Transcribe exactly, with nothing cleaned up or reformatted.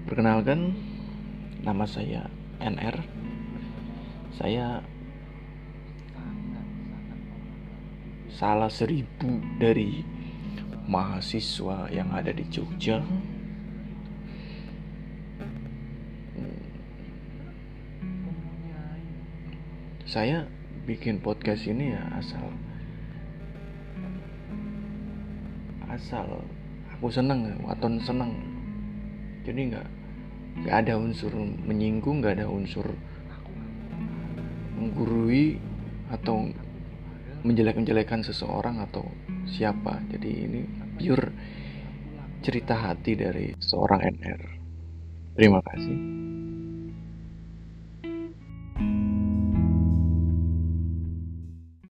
Perkenalkan, nama saya N R. Saya salah seribu dari mahasiswa yang ada di Jogja. Saya bikin podcast ini ya asal asal aku seneng, waton seneng. Jadi nggak nggak ada unsur menyinggung, nggak ada unsur menggurui atau menjelek-menjelekan seseorang atau siapa. Jadi ini pure cerita hati dari seorang N R. Terima kasih.